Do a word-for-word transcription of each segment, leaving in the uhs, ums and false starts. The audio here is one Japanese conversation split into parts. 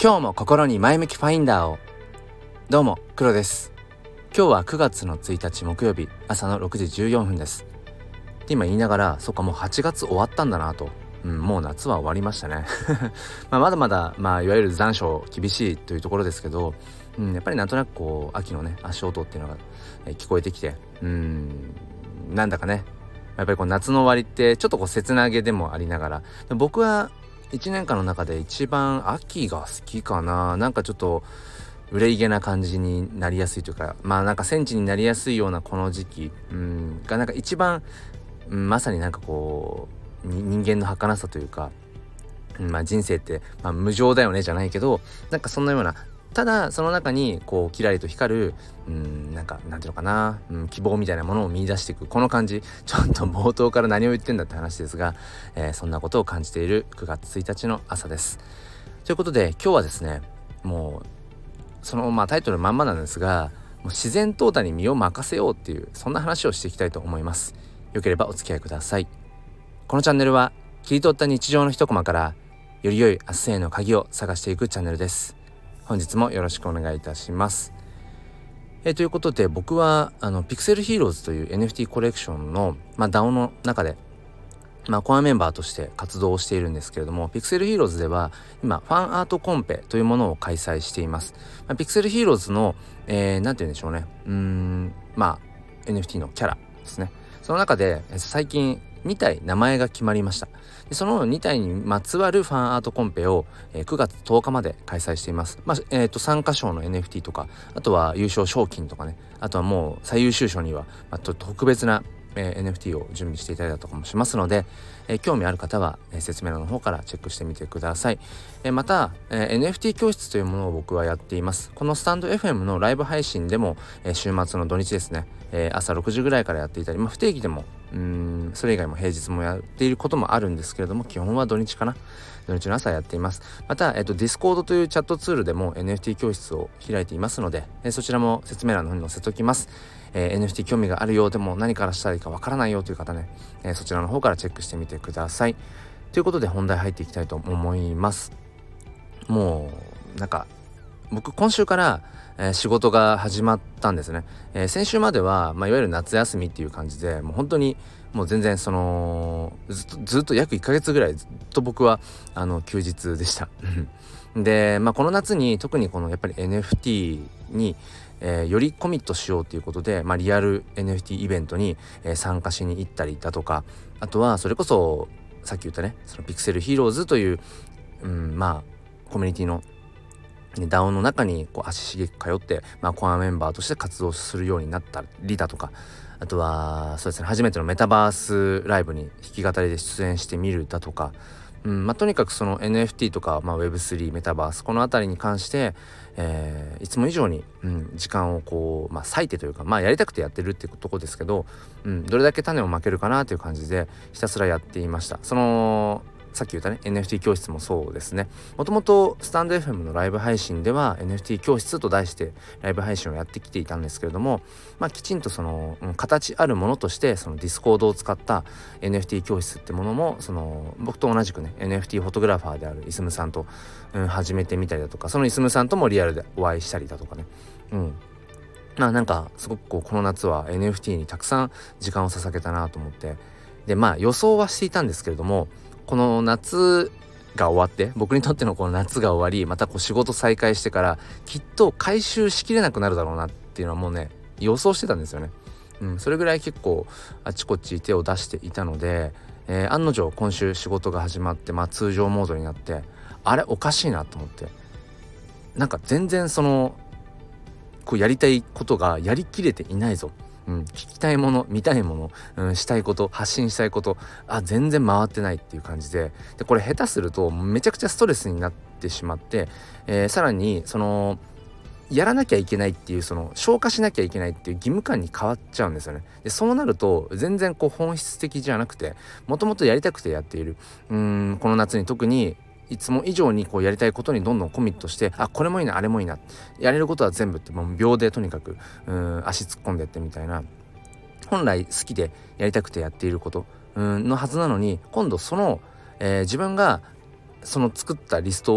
今日も心に前向きファインダーを。どうも黒です。今日はくがつのついたち木曜日朝のろくじじゅうよんぷんです。で今言いながらそっかもうはちがつ終わったんだなと、うん、もう夏は終わりましたねまあまだまだ、まあ、いわゆる残暑厳しいというところですけど、うん、やっぱりなんとなくこう秋のね足音っていうのが、えー聞こえてきて、うんなんだかねやっぱりこう夏の終わりってちょっとこう切なげでもありながら、で僕はいちねんかんの中で一番秋が好きかな。なんかちょっと憂いげな感じになりやすいというか、まあなんか戦地になりやすいようなこの時期、うんがなんか一番、うん、まさになんかこう人間の儚さというか、うん、まあ人生って、まあ、無常だよねじゃないけど、なんかそんなような、ただその中にこうキラリと光る、うん、なんかなんていうのかな、うん、希望みたいなものを見出していくこの感じ、ちょっと冒頭から何を言ってんだって話ですが、えー、そんなことを感じているくがつついたちの朝です。ということで今日はですね、もうそのまあタイトルまんまなんですが、もう自然淘汰に身を任せようっていう、そんな話をしていきたいと思います。よければお付き合いください。このチャンネルは切り取った日常の一コマからより良い明日への鍵を探していくチャンネルです。本日もよろしくお願いいたします。えー、ということで僕はあのピクセルヒーローズという エヌエフティー コレクションの、まあ、ダオ の中で、まあ、コアメンバーとして活動をしているんですけれども、ピクセルヒーローズでは今ファンアートコンペというものを開催しています。まあ、ピクセルヒーローズの、えー、なんて言うんでしょうね、うーんまあ エヌエフティー のキャラですね。その中で最近にたい名前が決まりました。でそのにたいにまつわるファンアートコンペを、えー、くがつとおかまで開催しています。まあえー、と参加賞の エヌエフティー とか、あとは優勝賞金とかね、あとはもう最優秀賞には、まあ、と特別な、えー、エヌエフティー を準備していただいたとかもしますので、えー、興味ある方は、えー、説明欄の方からチェックしてみてください。えー、また、えー、エヌエフティー 教室というものを僕はやっています。このスタンド エフエム のライブ配信でも、えー、週末の土日ですね、えー、朝ろくじぐらいからやっていたり、まあ、不定期でもうーんそれ以外も平日もやっていることもあるんですけれども、基本は土日かな、土日の朝やっています。また、えっと、Discord というチャットツールでも エヌエフティー 教室を開いていますので、えー、そちらも説明欄の方に載せておきます。えー、エヌエフティー 興味があるようでも何からしたらいいかわからないよという方ね、えー、そちらの方からチェックしてみてください。ということで本題入っていきたいと思います。もうなんか僕今週から、えー、仕事が始まったんですね。えー、先週までは、まあ、いわゆる夏休みっていう感じで、もう本当にもう全然そのずっとずっと約いっかげつぐらいずっと僕はあの休日でしたで、まあ、この夏に特にこのやっぱり エヌエフティー に、えー、よりコミットしようということで、まあ、リアル エヌエフティー イベントに、えー、参加しに行ったりだとか、あとはそれこそさっき言ったね、そのピクセルヒーローズという、うん、まあコミュニティのダオ の中にこう足しげく通って、まあ、コアメンバーとして活動するようになったりだとか、あとはそうですね、初めてのメタバースライブに弾き語りで出演してみるだとか、うんまあ、とにかくその エヌエフティー とか、まあ、ウェブスリー メタバースこのあたりに関して、えー、いつも以上に、うん、時間をこう、まあ、割いてというか、まあ、やりたくてやってるっていうところですけど、うん、どれだけ種をまけるかなという感じでひたすらやっていました。そのさっき言ったね エヌエフティー 教室もそうですね。もともとスタンド エフエム のライブ配信では エヌエフティー 教室と題してライブ配信をやってきていたんですけれども、まあ、きちんとその、うん、形あるものとしてその Discord を使った エヌエフティー 教室ってものもその僕と同じくね エヌエフティー フォトグラファーであるイスムさんと、うん、始めてみたりだとか、そのイスムさんともリアルでお会いしたりだとかね、うんまあなんかすごくこうこの夏は エヌエフティー にたくさん時間を捧げたなと思って、でまあ予想はしていたんですけれども、この夏が終わって僕にとってのこの夏が終わり、またこう仕事再開してからきっと回収しきれなくなるだろうなっていうのはもうね予想してたんですよね。うん、それぐらい結構あちこち手を出していたので、えー、案の定今週仕事が始まって、まあ、通常モードになって、あれおかしいなと思って、なんか全然そのこうやりたいことがやりきれていないぞ、うん、聞きたいもの見たいもの、うん、したいこと発信したいことあ全然回ってないっていう感じで、でこれ下手するとめちゃくちゃストレスになってしまって、えー、さらにそのやらなきゃいけないっていうその消化しなきゃいけないっていう義務感に変わっちゃうんですよね。でそうなると全然こう本質的じゃなくて、もともとやりたくてやっている、うーんこの夏に特にいつも以上にこうやりたいことにどんどんコミットして、あこれもいいなあれもいいな、やれることは全部ってもう秒でとにかくうーん足突っ込んでってみたいな、本来好きでやりたくてやっていることうーんのはずなのに、今度その、えー、自分がその作ったリストを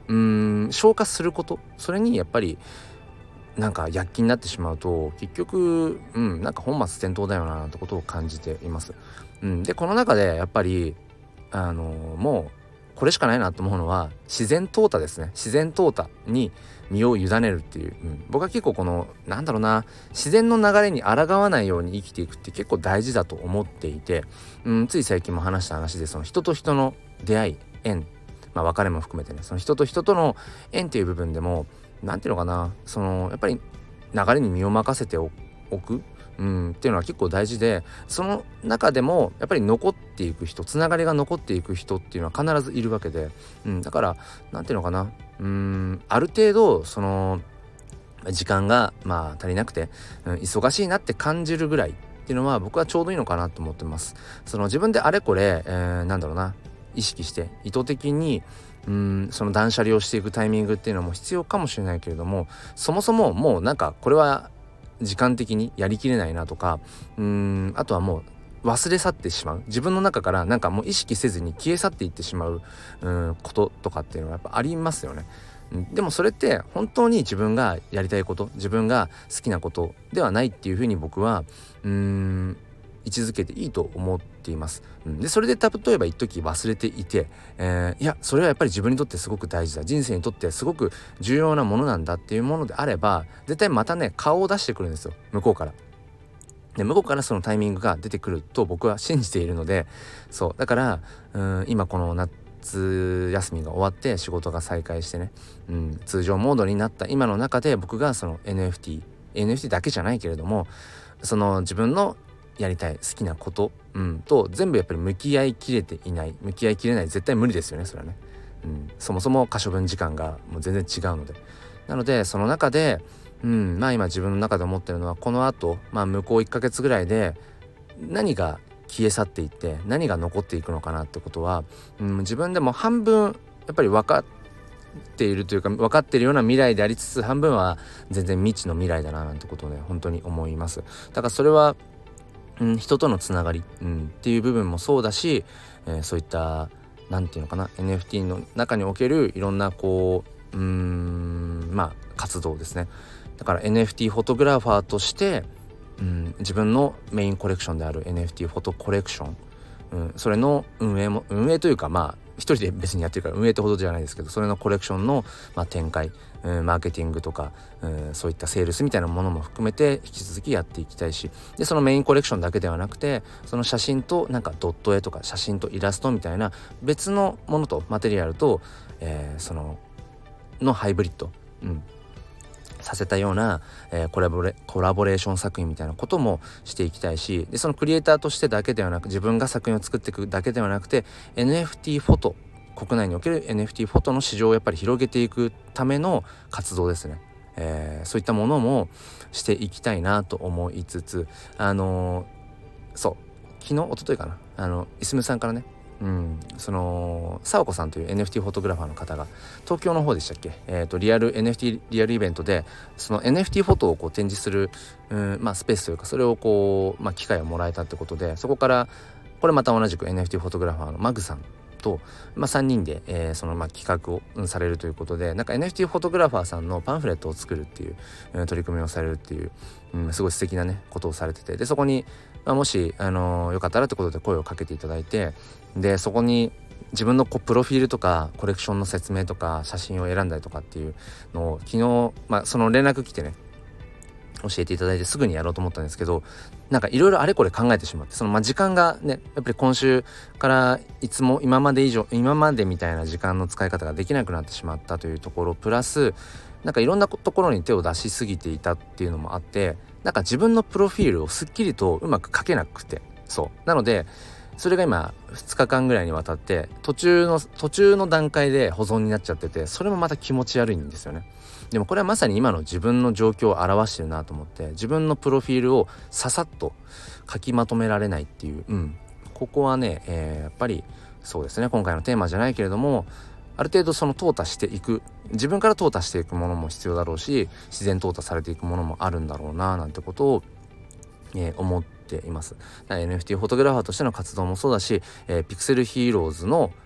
うーん消化すること、それにやっぱりなんか躍起になってしまうと結局うんなんか本末転倒だよなってことを感じています。うん、でこの中でやっぱりあのもうこれしかないなと思うのは自然淘汰ですね。自然淘汰に身を委ねるっていう、うん、僕は結構このなんだろうな自然の流れに抗わないように生きていくって結構大事だと思っていて、うん、つい最近も話した話でその人と人の出会い縁、まあ、別れも含めてねその人と人との縁っていう部分でもなんていうのかなそのやっぱり流れに身を任せておくうん、っていうのは結構大事で、その中でもやっぱり残っていく人、つながりが残っていく人っていうのは必ずいるわけで、うん、だからなんていうのかなうんある程度その時間がまあ足りなくて、うん、忙しいなって感じるぐらいっていうのは僕はちょうどいいのかなと思ってます。その自分であれこれ、えー、なんだろうな意識して意図的にうんその断捨離をしていくタイミングっていうのも必要かもしれないけれども、そもそももうなんかこれは時間的にやりきれないなとかうーんあとはもう忘れ去ってしまう自分の中からなんかもう意識せずに消え去っていってしまう、うーんこととかっていうのはやっぱありますよね。でもそれって本当に自分がやりたいこと自分が好きなことではないっていうふうに僕はうーん位置づけていいと思っています。うん、でそれで例えば一時忘れていて、えー、いやそれはやっぱり自分にとってすごく大事だ人生にとってすごく重要なものなんだっていうものであれば絶対またね顔を出してくるんですよ向こうから。で向こうからそのタイミングが出てくると僕は信じているので、そうだからうん今この夏休みが終わって仕事が再開してね、うん、通常モードになった今の中で僕がその エヌエフティー エヌエフティー だけじゃないけれどもその自分のやりたい好きなこと、うん、と全部やっぱり向き合いきれていない向き合いきれない絶対無理ですよねそれはね、うん、そもそも可処分時間がもう全然違うのでなのでその中で、うん、まあ今自分の中で思ってるのはこの後、まあ、向こういっかげつぐらいで何が消え去っていって何が残っていくのかなってことは、うん、自分でも半分やっぱり分かっているというか分かっているような未来でありつつ半分は全然未知の未来だななんてことをね本当に思います。だからそれはうん、人とのつながり、うん、っていう部分もそうだし、えー、そういったなんていうのかな エヌエフティー の中におけるいろんなこううーんまあ活動ですね。だから エヌエフティー フォトグラファーとして、うん、自分のメインコレクションである エヌエフティー フォトコレクション、うん、それの運営も運営というかまあ一人で別にやってるから運営ってほどじゃないですけどそれのコレクションの、まあ、展開、うん、マーケティングとか、うん、そういったセールスみたいなものも含めて引き続きやっていきたいしでそのメインコレクションだけではなくてその写真となんかドット絵とか写真とイラストみたいな別のものとマテリアルと、えー、そののハイブリッド、うん、させたような、えー、コラボレ、コラボレーション作品みたいなこともしていきたいしでそのクリエイターとしてだけではなく自分が作品を作っていくだけではなくて エヌエフティー フォト国内における エヌエフティー フォトの市場をやっぱり広げていくための活動ですね、えー、そういったものもしていきたいなと思いつつあのー、そう昨日一昨日かなあのいすむさんからねうん、そのさわこさんという エヌエフティー フォトグラファーの方が東京の方でしたっけ、えーと、リアル エヌエフティー リアルイベントでその エヌエフティー フォトをこう展示する、うんまあ、スペースというかそれをこう、まあ、機会をもらえたってことでそこからこれまた同じく エヌエフティー フォトグラファーのマグさんと、まあ、さんにんで、えー、そのまあ企画を、うん、されるということでなんか エヌエフティー フォトグラファーさんのパンフレットを作るっていう、うん、取り組みをされるっていう、うん、すごい素敵なねことをされててでそこに、まあ、もし、あのー、よかったらってことで声をかけていただいてでそこに自分のこうプロフィールとかコレクションの説明とか写真を選んだりとかっていうのを昨日、まあ、その連絡来てね教えていただいてすぐにやろうと思ったんですけどなんかいろいろあれこれ考えてしまってそのまあ時間がねやっぱり今週からいつも今まで以上今までみたいな時間の使い方ができなくなってしまったというところプラスなんかいろんなところに手を出しすぎていたっていうのもあってなんか自分のプロフィールをすっきりとうまく書けなくてそうなのでそれが今ふつかかんぐらいにわたって途中の途中の段階で保存になっちゃっててそれもまた気持ち悪いんですよね。でもこれはまさに今の自分の状況を表してるなと思って自分のプロフィールをささっと書きまとめられないっていう、うん、ここはね、えー、やっぱりそうですね今回のテーマじゃないけれどもある程度その淘汰していく自分から淘汰していくものも必要だろうし自然淘汰されていくものもあるんだろうななんてことを、えー、思っています。 エヌエフティー フォトグラファーとしての活動もそうだし、えー、ピクセルヒーローズの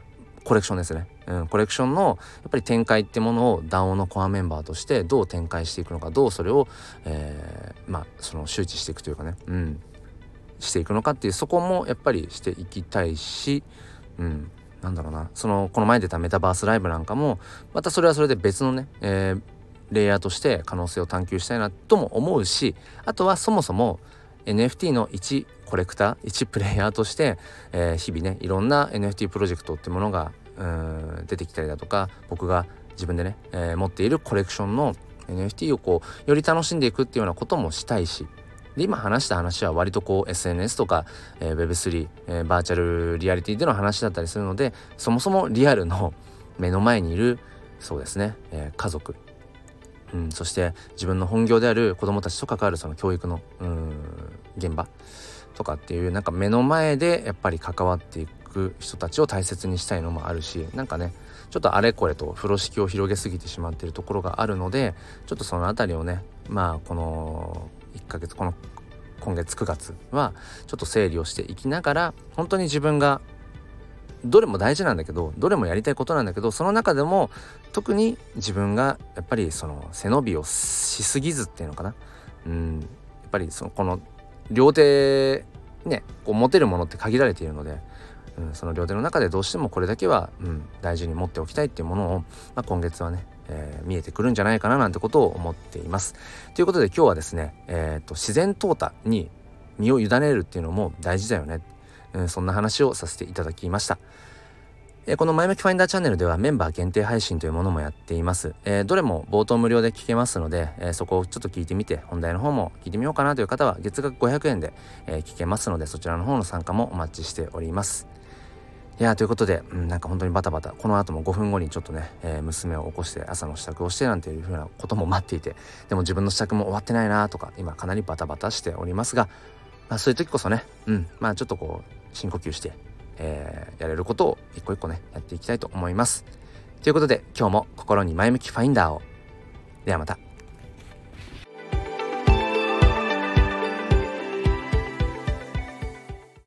コレクションですね、うん、コレクションのやっぱり展開ってものを ダンオ のコアメンバーとしてどう展開していくのか、どうそれを、えー、まあその周知していくというかね、うん、していくのかっていう、そこもやっぱりしていきたいし、うん、なんだろうな、そのこの前出たメタバースライブなんかもまたそれはそれで別のね、えー、レイヤーとして可能性を探求したいなとも思うし、あとはそもそも エヌエフティー の一コレクター、一プレイヤーとして、えー、日々ねいろんな エヌエフティー プロジェクトってものがうーん出てきたりだとか、僕が自分でね、えー、持っているコレクションの エヌエフティー をこうより楽しんでいくっていうようなこともしたいし、で今話した話は割とこう エスエヌエス とか、えー、ウェブスリー、えー、バーチャルリアリティでの話だったりするので、そもそもリアルの目の前にいるそうですね、えー、家族、うん、そして自分の本業である子どもたちと関わるその教育のうん現場とかっていう、なんか目の前でやっぱり関わっていく人たちを大切にしたいのもあるし、なんかねちょっとあれこれと風呂敷を広げすぎてしまっているところがあるので、ちょっとそのあたりをね、まあこのいっかげつ、この今月くがつはちょっと整理をしていきながら、本当に自分がどれも大事なんだけど、どれもやりたいことなんだけど、その中でも特に自分がやっぱりその背伸びをしすぎずっていうのかな、うん、やっぱりそのこの両手ねこう持てるものって限られているので、うん、その両手の中でどうしてもこれだけは、うん、大事に持っておきたいっていうものを、まあ、今月はね、えー、見えてくるんじゃないかななんてことを思っています。ということで今日はですね、えーと、自然淘汰に身を委ねるっていうのも大事だよね、うん、そんな話をさせていただきました。えー、この前向きファインダーチャンネルではメンバー限定配信というものもやっています。えー、どれも冒頭無料で聞けますので、えー、そこをちょっと聞いてみて本題の方も聞いてみようかなという方は月額ごひゃくえんで、えー、聞けますので、そちらの方の参加もお待ちしております。いやーということで、うん、なんか本当にバタバタ、この後もごふんごにちょっとね、えー、娘を起こして朝の支度をしてなんていう風なことも待っていて、でも自分の支度も終わってないなとか今かなりバタバタしておりますが、まあ、そういう時こそね、うんまあちょっとこう深呼吸して、えー、やれることを一個一個ねやっていきたいと思います。ということで今日も心に前向きファインダーを。ではまた。